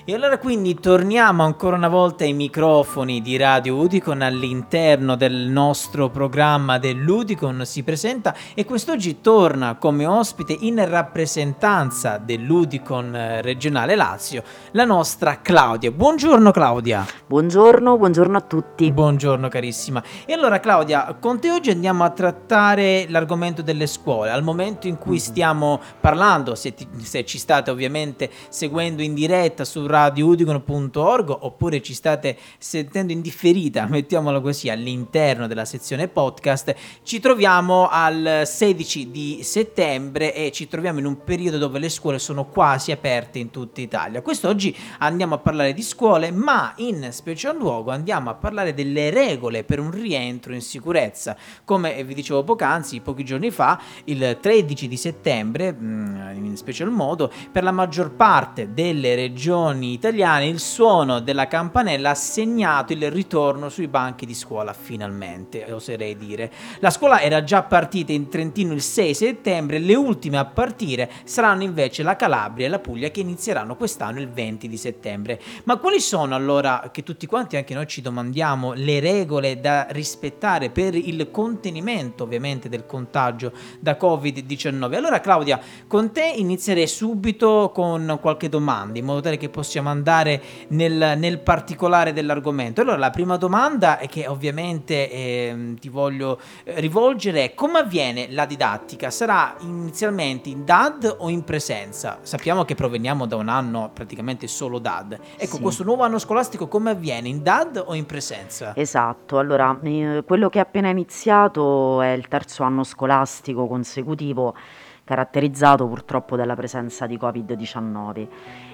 E allora quindi torniamo ancora una volta ai microfoni di Radio Udicon all'interno del nostro programma dell'Udicon si presenta, e quest'oggi torna come ospite in rappresentanza dell'Udicon regionale Lazio la nostra Claudia. Buongiorno Claudia. Buongiorno a tutti. Buongiorno carissima. E allora Claudia, con te oggi andiamo a trattare l'argomento delle scuole. Al momento in cui stiamo parlando, se ci state ovviamente seguendo in diretta su radioudicon.org oppure ci state sentendo in differita, mettiamolo così, all'interno della sezione podcast, ci troviamo al 16 di settembre e ci troviamo in un periodo dove le scuole sono quasi aperte in tutta Italia. Quest'oggi andiamo a parlare di scuole, ma in special luogo andiamo a parlare delle regole per un rientro in sicurezza. Come vi dicevo poc'anzi, pochi giorni fa, il 13 di settembre, in special modo, per la maggior parte delle regioni italiane il suono della campanella ha segnato il ritorno sui banchi di scuola, finalmente, oserei dire. La scuola era già partita in Trentino il 6 settembre, le ultime a partire saranno invece la Calabria e la Puglia, che inizieranno quest'anno il 20 di settembre. Ma quali sono allora, che tutti quanti, anche noi ci domandiamo, le regole da rispettare per il contenimento ovviamente del contagio da Covid-19? Allora Claudia, con te inizierei subito con qualche domanda in modo tale che possiamo andare nel particolare dell'argomento. Allora la prima domanda è che ovviamente ti voglio rivolgere è: come avviene la didattica? Sarà inizialmente in DAD o in presenza? Sappiamo che proveniamo da un anno praticamente solo DAD. Ecco, Sì. questo nuovo anno scolastico come avviene? In DAD o in presenza? Esatto, allora quello che è appena iniziato è il terzo anno scolastico consecutivo caratterizzato purtroppo dalla presenza di Covid-19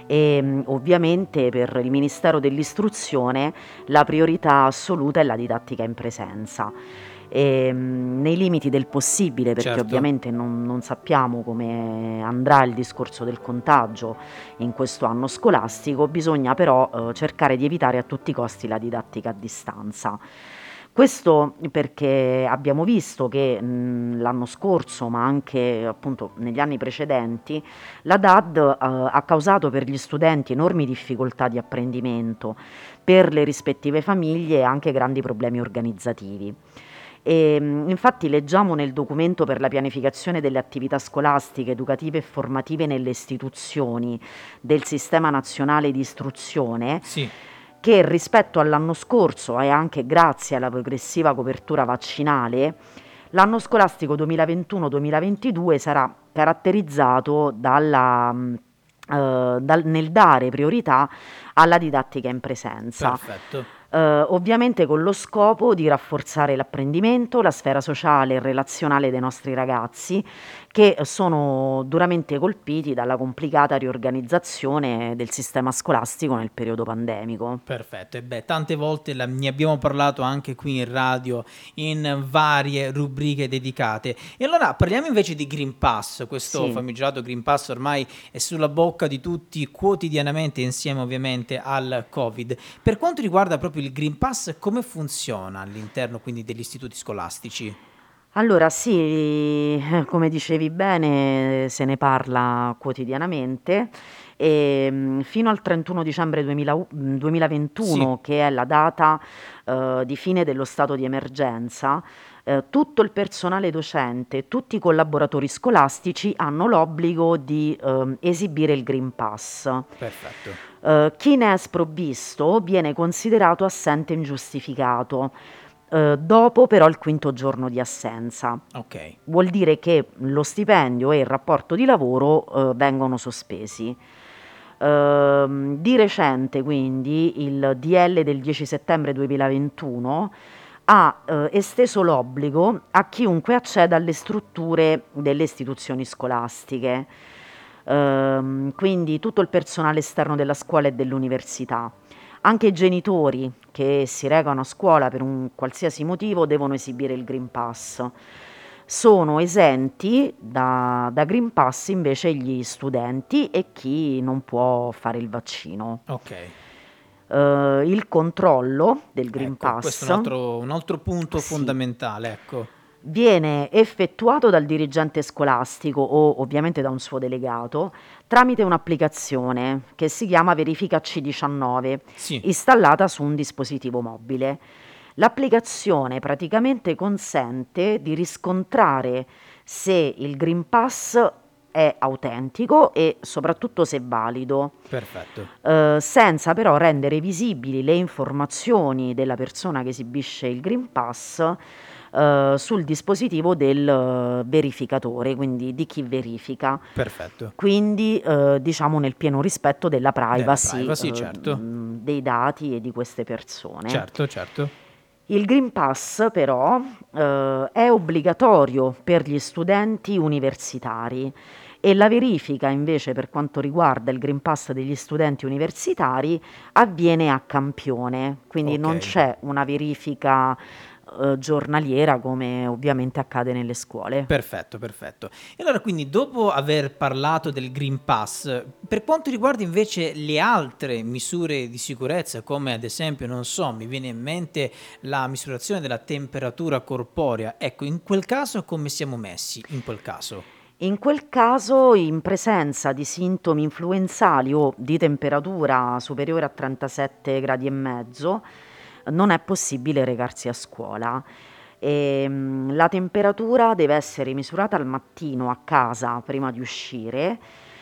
e ovviamente per il Ministero dell'Istruzione la priorità assoluta è la didattica in presenza. Nei limiti del possibile, perché Certo. ovviamente non sappiamo come andrà il discorso del contagio in questo anno scolastico, bisogna però cercare di evitare a tutti i costi la didattica a distanza. Questo perché abbiamo visto che l'anno scorso, ma anche appunto negli anni precedenti, la DAD ha causato per gli studenti enormi difficoltà di apprendimento, per le rispettive famiglie anche grandi problemi organizzativi. Infatti leggiamo nel documento per la pianificazione delle attività scolastiche, educative e formative nelle istituzioni del Sistema Nazionale di Istruzione Sì. che rispetto all'anno scorso e anche grazie alla progressiva copertura vaccinale, l'anno scolastico 2021-2022 sarà caratterizzato nel dare priorità alla didattica in presenza. Perfetto. Ovviamente con lo scopo di rafforzare l'apprendimento, la sfera sociale e relazionale dei nostri ragazzi, che sono duramente colpiti dalla complicata riorganizzazione del sistema scolastico nel periodo pandemico. Perfetto, e tante volte ne abbiamo parlato anche qui in radio in varie rubriche dedicate. E allora parliamo invece di Green Pass. Questo Sì. famigerato Green Pass ormai è sulla bocca di tutti quotidianamente, insieme ovviamente al Covid. Per quanto riguarda proprio il Green Pass, come funziona all'interno quindi degli istituti scolastici? Allora sì, come dicevi bene, se ne parla quotidianamente e fino al 31 dicembre 2021, che è la data di fine dello stato di emergenza, tutto il personale docente e tutti i collaboratori scolastici hanno l'obbligo di esibire il Green Pass. Perfetto. Chi ne è sprovvisto viene considerato assente ingiustificato. Dopo però il quinto giorno di assenza. Ok. Vuol dire che lo stipendio e il rapporto di lavoro vengono sospesi. Di recente quindi il DL del 10 settembre 2021 ha esteso l'obbligo a chiunque acceda alle strutture delle istituzioni scolastiche, quindi tutto il personale esterno della scuola e dell'università. Anche i genitori che si recano a scuola per un qualsiasi motivo devono esibire il Green Pass. Sono esenti da Green Pass invece gli studenti e chi non può fare il vaccino. Ok. Il controllo del Green Ecco, Pass. questo è un altro punto Sì. fondamentale, ecco. viene effettuato dal dirigente scolastico o ovviamente da un suo delegato tramite un'applicazione che si chiama Verifica C19, Sì, installata su un dispositivo mobile. L'applicazione praticamente consente di riscontrare se il Green Pass è autentico e soprattutto se valido, perfetto. senza però rendere visibili le informazioni della persona che esibisce il Green Pass sul dispositivo del verificatore, quindi di chi verifica. Perfetto. Quindi, diciamo nel pieno rispetto della Della privacy, privacy, certo. dei dati e di queste persone. Certo, certo. Il Green Pass però, è obbligatorio per gli studenti universitari e la verifica invece per quanto riguarda il Green Pass degli studenti universitari avviene a campione, quindi non Ok. c'è una verifica, giornaliera come ovviamente accade nelle scuole. Perfetto, perfetto. E allora quindi dopo aver parlato del Green Pass, per quanto riguarda invece le altre misure di sicurezza, come ad esempio, non so, mi viene in mente la misurazione della temperatura corporea, ecco, in quel caso come siamo messi in quel caso? In quel caso, in presenza di sintomi influenzali o di temperatura superiore a 37 gradi e mezzo, non è possibile recarsi a scuola. La temperatura deve essere misurata al mattino a casa prima di uscire,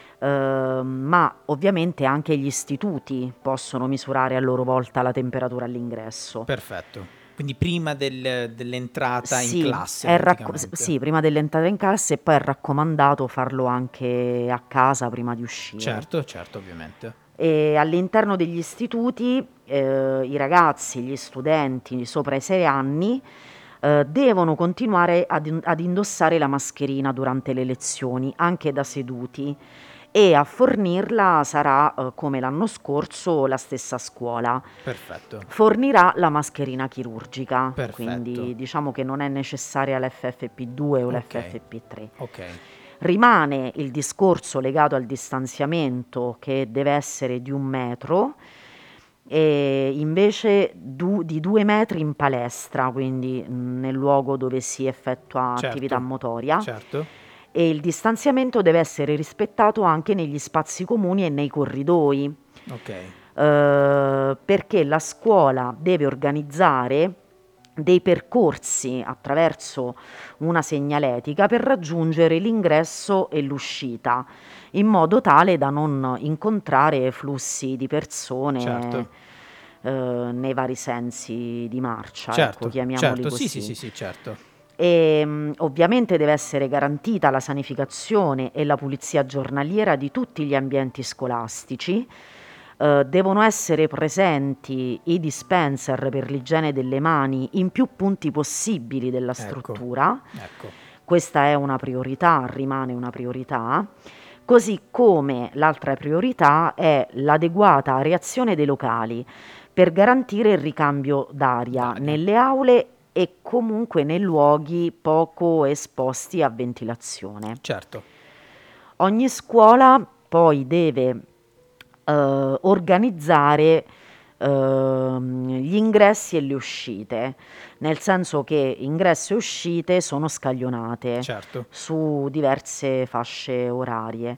ma ovviamente anche gli istituti possono misurare a loro volta la temperatura all'ingresso. Perfetto. Quindi prima dell'entrata in Sì, classe sì, praticamente. prima dell'entrata in classe e poi è raccomandato farlo anche a casa prima di uscire. Certo, certo, ovviamente. E all'interno degli istituti, i ragazzi, gli studenti sopra i 6 anni, devono continuare ad indossare la mascherina durante le lezioni, anche da seduti, e a fornirla sarà, come l'anno scorso, la stessa scuola. Perfetto, Fornirà la mascherina chirurgica, perfetto. quindi diciamo che non è necessaria l'FFP2 o Ok, l'FFP3. ok. Rimane il discorso legato al distanziamento che deve essere di 1 metro e invece di 2 metri in palestra, quindi nel luogo dove si effettua attività Certo, motoria. certo. E il distanziamento deve essere rispettato anche negli spazi comuni e nei corridoi, Ok, perché la scuola deve organizzare dei percorsi attraverso una segnaletica per raggiungere l'ingresso e l'uscita, in modo tale da non incontrare flussi di persone, certo. nei vari sensi di marcia, ecco, Certo, chiamiamoli certo, sì, sì, così. sì, sì, certo. Ovviamente deve essere garantita la sanificazione e la pulizia giornaliera di tutti gli ambienti scolastici. Devono essere presenti i dispenser per l'igiene delle mani in più punti possibili della Ecco, struttura. ecco, Questa è una priorità, rimane una priorità. Così come l'altra priorità è l'adeguata areazione dei locali per garantire il ricambio d'aria d'aria. nelle aule e comunque nei luoghi poco esposti a ventilazione. Certo, Ogni scuola poi deve organizzare gli ingressi e le uscite, nel senso che ingressi e uscite sono scaglionate certo. su diverse fasce orarie.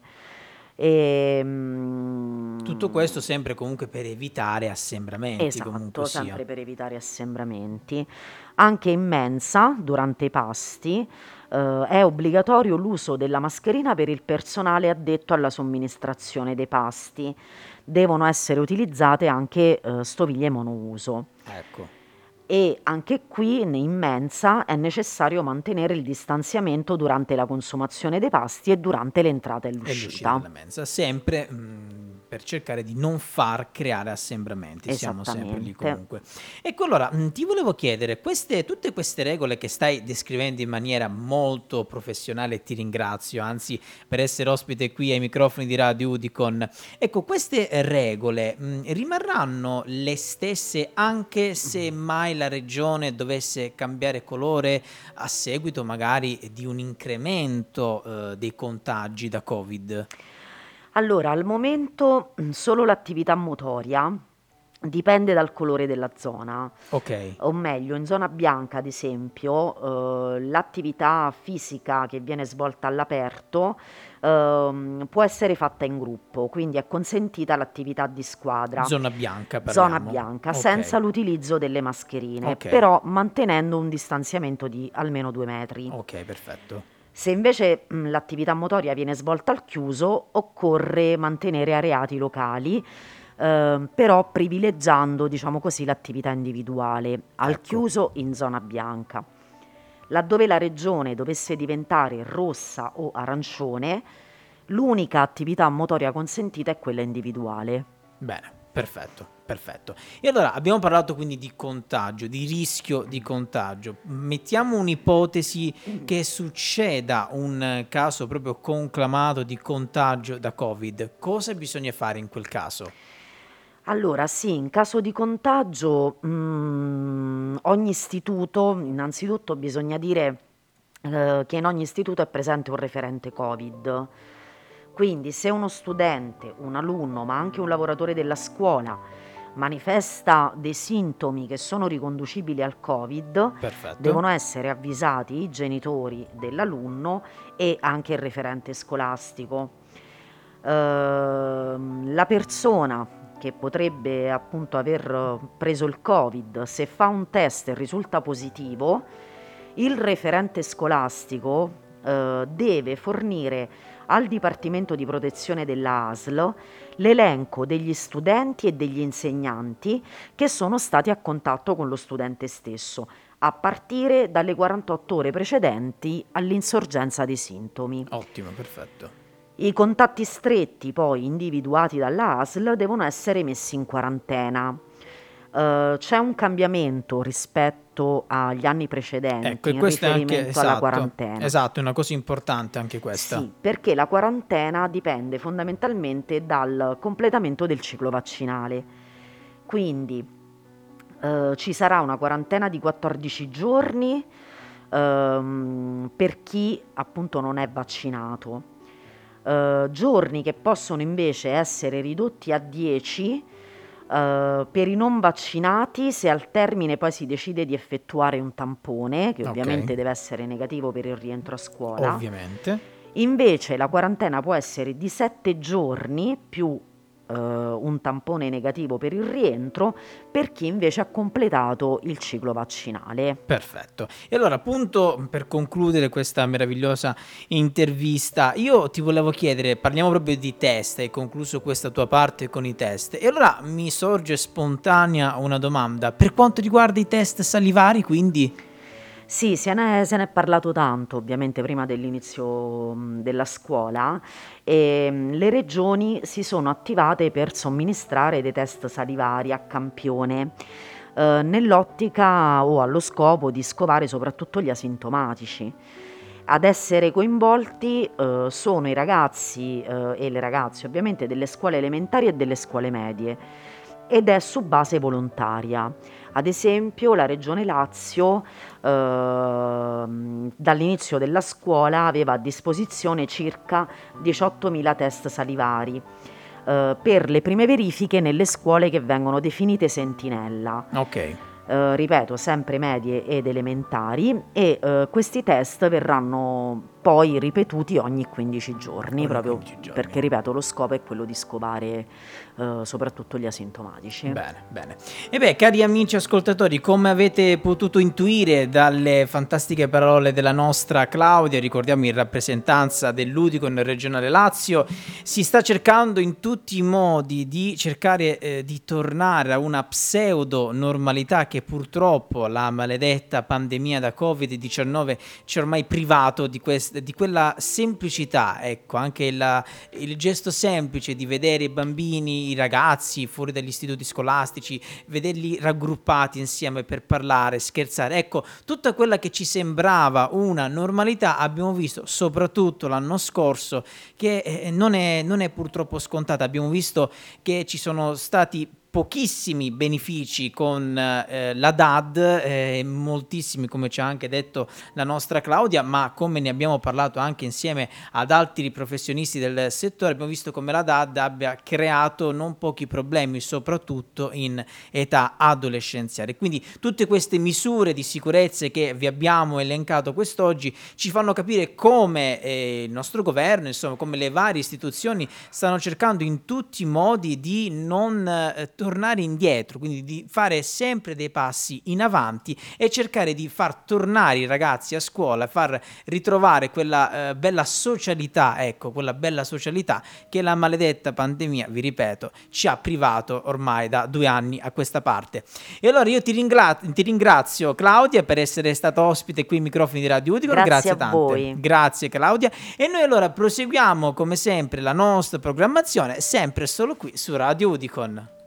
Tutto questo sempre comunque per evitare assembramenti, comunque Esatto, sia. sempre per evitare assembramenti. Anche in mensa, durante i pasti, è obbligatorio l'uso della mascherina per il personale addetto alla somministrazione dei pasti. Devono essere utilizzate anche stoviglie monouso. Ecco. E anche qui in mensa è necessario mantenere il distanziamento durante la consumazione dei pasti e durante l'entrata e E l'uscita l'uscita. dalla mensa, sempre per cercare di non far creare assembramenti, siamo sempre lì Esattamente. comunque. Ecco, allora ti volevo chiedere, tutte queste regole che stai descrivendo in maniera molto professionale, e ti ringrazio, anzi, per essere ospite qui ai microfoni di Radio Udicon, ecco, queste regole rimarranno le stesse anche se mai la regione dovesse cambiare colore a seguito magari di un incremento, dei contagi da Covid. Allora, al momento, solo l'attività motoria Dipende dal colore della zona, Ok, o meglio, in zona bianca, ad esempio, l'attività fisica che viene svolta all'aperto può essere fatta in gruppo, quindi è consentita l'attività di squadra. zona bianca Zona parliamo. bianca, senza Ok, l'utilizzo delle mascherine, ok, però mantenendo un distanziamento di almeno 2 metri. ok, perfetto. Se invece l'attività motoria viene svolta al chiuso, occorre mantenere areati locali, però privilegiando, diciamo così, l'attività individuale, al Ecco. chiuso in zona bianca. Laddove la regione dovesse diventare rossa o arancione, l'unica attività motoria consentita è quella individuale. Bene, perfetto, perfetto. E allora abbiamo parlato quindi di contagio, di rischio di contagio. Mettiamo un'ipotesi che succeda un caso proprio conclamato di contagio da Covid. Cosa bisogna fare in quel caso? Allora sì, in caso di contagio, ogni istituto innanzitutto bisogna dire, che in ogni istituto è presente un referente Covid. Quindi se uno studente, un alunno, ma anche un lavoratore della scuola manifesta dei sintomi che sono riconducibili al Covid, Perfetto. devono essere avvisati i genitori dell'alunno e anche il referente scolastico. La persona che potrebbe appunto aver preso il Covid, se fa un test e risulta positivo, il referente scolastico deve fornire al Dipartimento di Protezione della ASL l'elenco degli studenti e degli insegnanti che sono stati a contatto con lo studente stesso, a partire dalle 48 ore precedenti all'insorgenza dei sintomi. Ottimo, perfetto. I contatti stretti, poi individuati dalla ASL, devono essere messi in quarantena. C'è un cambiamento rispetto agli anni Ecco, precedenti e in questo è anche riferimento alla esatto, quarantena. esatto, è una cosa importante anche questa. Sì, perché la quarantena dipende fondamentalmente dal completamento del ciclo vaccinale. Quindi ci sarà una quarantena di 14 giorni per chi appunto non è vaccinato. Giorni che possono invece essere ridotti a 10 per i non vaccinati se al termine poi si decide di effettuare un tampone, che Ok, ovviamente deve essere negativo per il rientro a scuola. ovviamente. Invece la quarantena può essere di 7 giorni più un tampone negativo per il rientro per chi invece ha completato il ciclo vaccinale. Perfetto. E allora, appunto, per concludere questa meravigliosa intervista, io ti volevo chiedere, parliamo proprio di test, hai concluso questa tua parte con i test, e allora mi sorge spontanea una domanda. Per quanto riguarda i test salivari, quindi? Sì, se n'è parlato tanto, ovviamente prima dell'inizio della scuola, e le regioni si sono attivate per somministrare dei test salivari a campione, nell'ottica o allo scopo di scovare soprattutto gli asintomatici. Ad essere coinvolti sono i ragazzi e le ragazze ovviamente delle scuole elementari e delle scuole medie ed è su base volontaria. Ad esempio, la Regione Lazio dall'inizio della scuola aveva a disposizione circa 18.000 test salivari per le prime verifiche nelle scuole che vengono definite sentinella. Ok. Ripeto, sempre medie ed elementari, e questi test verranno poi ripetuti ogni 15 giorni, Ogni proprio 15 giorni. perché, ripeto, lo scopo è quello di scovare soprattutto gli asintomatici. Bene, bene. E beh, cari amici ascoltatori, come avete potuto intuire dalle fantastiche parole della nostra Claudia, ricordiamo in rappresentanza dell'Udicon Regionale Lazio, si sta cercando in tutti i modi di cercare di tornare a una pseudo normalità che purtroppo la maledetta pandemia da Covid-19 ci ha ormai privato di quella semplicità, ecco, anche il gesto semplice di vedere i bambini, i ragazzi fuori dagli istituti scolastici, vederli raggruppati insieme per parlare, scherzare, ecco, tutta quella che ci sembrava una normalità abbiamo visto soprattutto l'anno scorso che non è purtroppo scontata. Abbiamo visto che ci sono stati pochissimi benefici con la DAD, moltissimi come ci ha anche detto la nostra Claudia, ma come ne abbiamo parlato anche insieme ad altri professionisti del settore, abbiamo visto come la DAD abbia creato non pochi problemi, soprattutto in età adolescenziale. Quindi tutte queste misure di sicurezza che vi abbiamo elencato quest'oggi ci fanno capire come il nostro governo, insomma, come le varie istituzioni stanno cercando in tutti i modi di non tornare indietro, quindi di fare sempre dei passi in avanti e cercare di far tornare i ragazzi a scuola, far ritrovare quella bella socialità, ecco, quella bella socialità che la maledetta pandemia, vi ripeto, ci ha privato ormai da 2 anni a questa parte. E allora io ti ringrazio Claudia per essere stata ospite qui ai microfoni di Radio Udicon, Grazie a tante. voi. Grazie Claudia, e noi allora proseguiamo come sempre la nostra programmazione sempre solo qui su Radio Udicon.